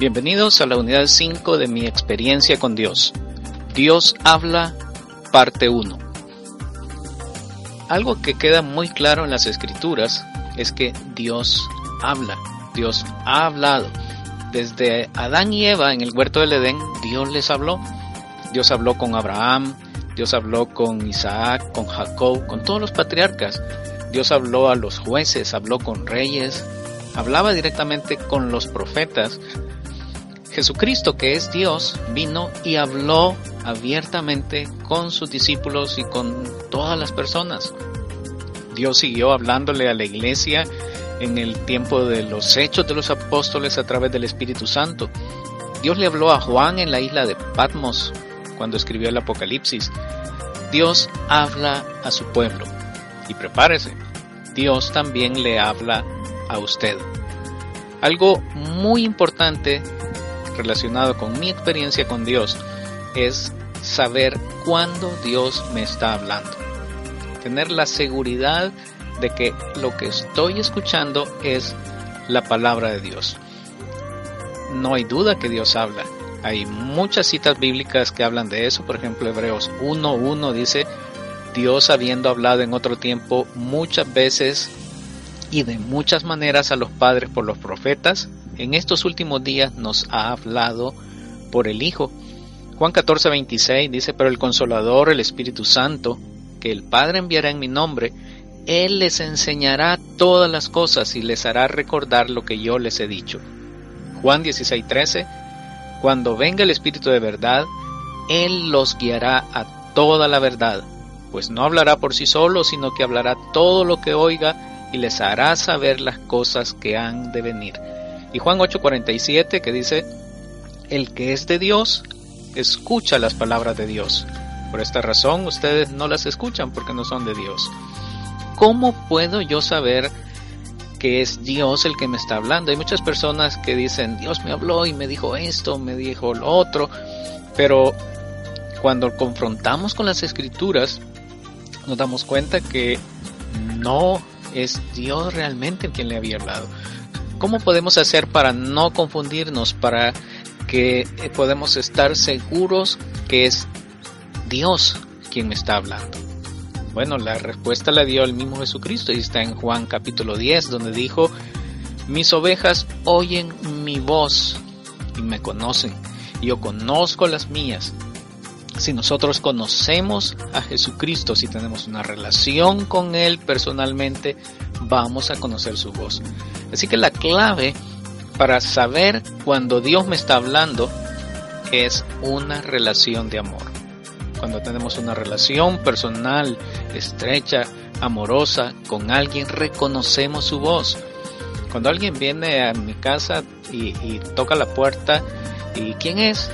Bienvenidos a la unidad 5 de mi experiencia con Dios. Dios habla, parte 1. Algo que queda muy claro en las Escrituras es que Dios habla. Dios ha hablado. Desde Adán y Eva en el huerto del Edén, Dios les habló. Dios habló con Abraham, Dios habló con Isaac, con Jacob, con todos los patriarcas. Dios habló a los jueces, habló con reyes, hablaba directamente con los profetas. Jesucristo, que es Dios, vino y habló abiertamente con sus discípulos y con todas las personas. Dios siguió hablándole a la iglesia en el tiempo de los hechos de los apóstoles a través del Espíritu Santo. Dios le habló a Juan en la isla de Patmos cuando escribió el Apocalipsis. Dios habla a su pueblo. Y prepárese, Dios también le habla a usted. Algo muy importante relacionado con mi experiencia con Dios es saber cuándo Dios me está hablando. Tener la seguridad de que lo que estoy escuchando es la palabra de Dios. No hay duda que Dios habla. Hay muchas citas bíblicas que hablan de eso. Por ejemplo, Hebreos 1:1 dice: Dios, habiendo hablado en otro tiempo muchas veces y de muchas maneras a los padres por los profetas, en estos últimos días nos ha hablado por el Hijo. Juan 14:26 dice: pero el Consolador, el Espíritu Santo, que el Padre enviará en mi nombre, Él les enseñará todas las cosas y les hará recordar lo que yo les he dicho. Juan 16:13: cuando venga el Espíritu de verdad, Él los guiará a toda la verdad, pues no hablará por sí solo, sino que hablará todo lo que oiga y les hará saber las cosas que han de venir. Y Juan 8:47 que dice: el que es de Dios, escucha las palabras de Dios. Por esta razón ustedes no las escuchan porque no son de Dios. ¿Cómo puedo yo saber que es Dios el que me está hablando? Hay muchas personas que dicen: Dios me habló y me dijo esto, me dijo lo otro. Pero cuando confrontamos con las Escrituras, nos damos cuenta que no es Dios realmente el quien le había hablado. ¿Cómo podemos hacer para no confundirnos, para que podamos estar seguros que es Dios quien me está hablando? Bueno, la respuesta la dio el mismo Jesucristo y está en Juan capítulo 10, donde dijo: mis ovejas oyen mi voz y me conocen, y yo conozco las mías. Si nosotros conocemos a Jesucristo, si tenemos una relación con Él personalmente, vamos a conocer su voz. Así que la clave para saber cuando Dios me está hablando es una relación de amor. Cuando tenemos una relación personal, estrecha, amorosa con alguien, reconocemos su voz. Cuando alguien viene a mi casa y toca la puerta, ¿y quién es?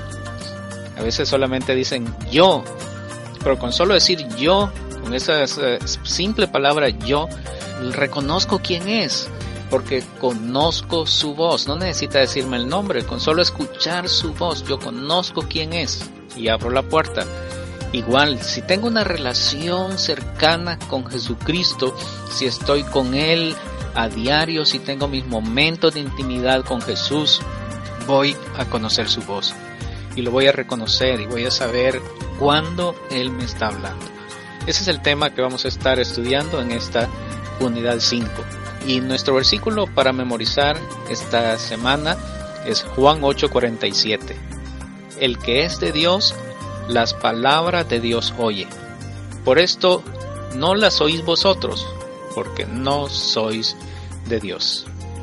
A veces solamente dicen yo, pero con solo decir yo, con esa simple palabra yo, reconozco quién es, porque conozco su voz. No necesita decirme el nombre, con solo escuchar su voz yo conozco quién es y abro la puerta. Igual, si tengo una relación cercana con Jesucristo, si estoy con Él a diario, si tengo mis momentos de intimidad con Jesús, voy a conocer su voz y lo voy a reconocer y voy a saber cuándo Él me está hablando. Ese es el tema que vamos a estar estudiando en esta unidad 5. Y nuestro versículo para memorizar esta semana es Juan 8:47. El que es de Dios, las palabras de Dios oye. Por esto no las oís vosotros, porque no sois de Dios.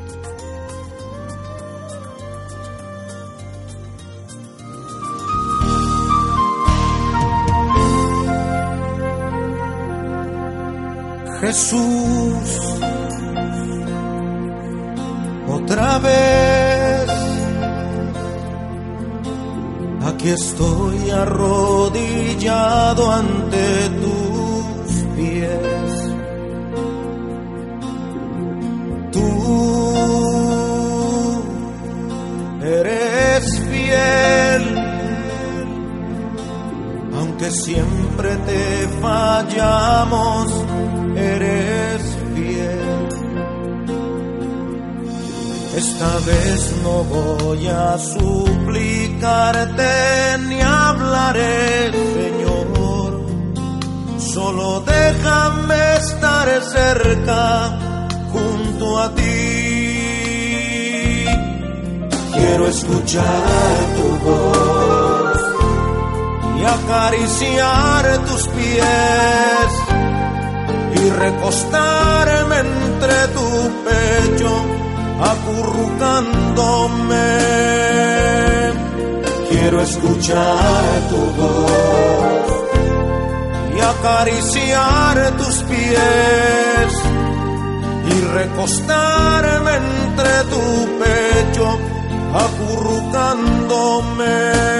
Jesús, otra vez, aquí estoy arrodillado ante tus pies. Tú eres fiel, aunque siempre te fallamos, eres fiel. Esta vez no voy a suplicarte ni hablaré, Señor. Solo déjame estar cerca junto a ti. Quiero escuchar tu voz y acariciar tus pies y recostarme entre tu pecho, acurrucándome. Quiero escuchar tu voz y acariciar tus pies y recostarme entre tu pecho, acurrucándome.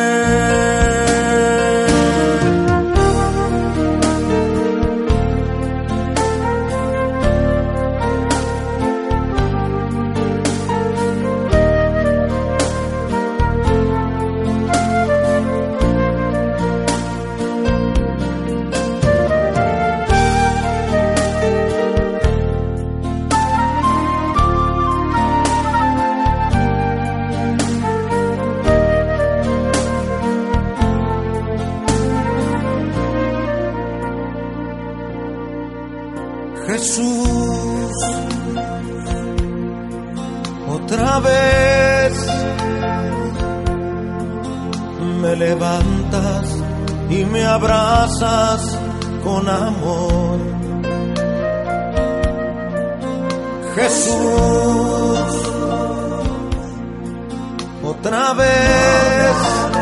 Jesús, otra vez me levantas y me abrazas con amor. Jesús, otra vez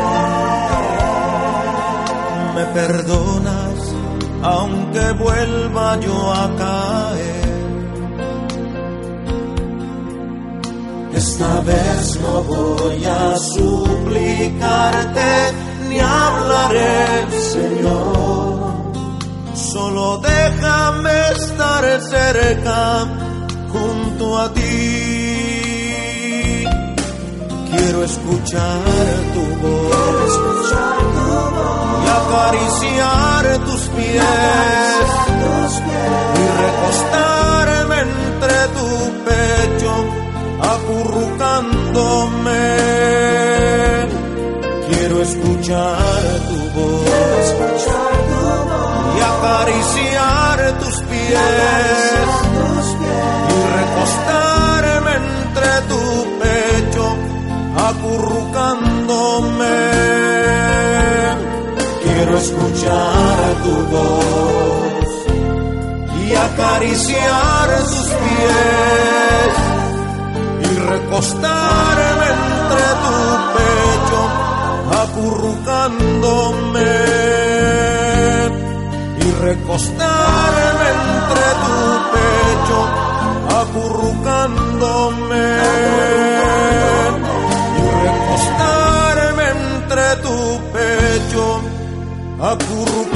me perdonas aunque vuelva yo a caer. Esta vez no voy a suplicarte ni hablaré, Señor. Solo déjame estar cerca junto a ti. Quiero escuchar tu voz y acariciar tus pies y recostarme entre tu pecho, acurrucándome. Quiero escuchar tu voz y acariciar tus pies y recostarme entre tu pecho, acurrucándome. Quiero escuchar tu voz y acariciar tus pies y recostarme entre tu pecho, acurrucándome. Y recostarme entre tu pecho, acurrucándome. Y recostarme entre tu pecho, acurrucándome.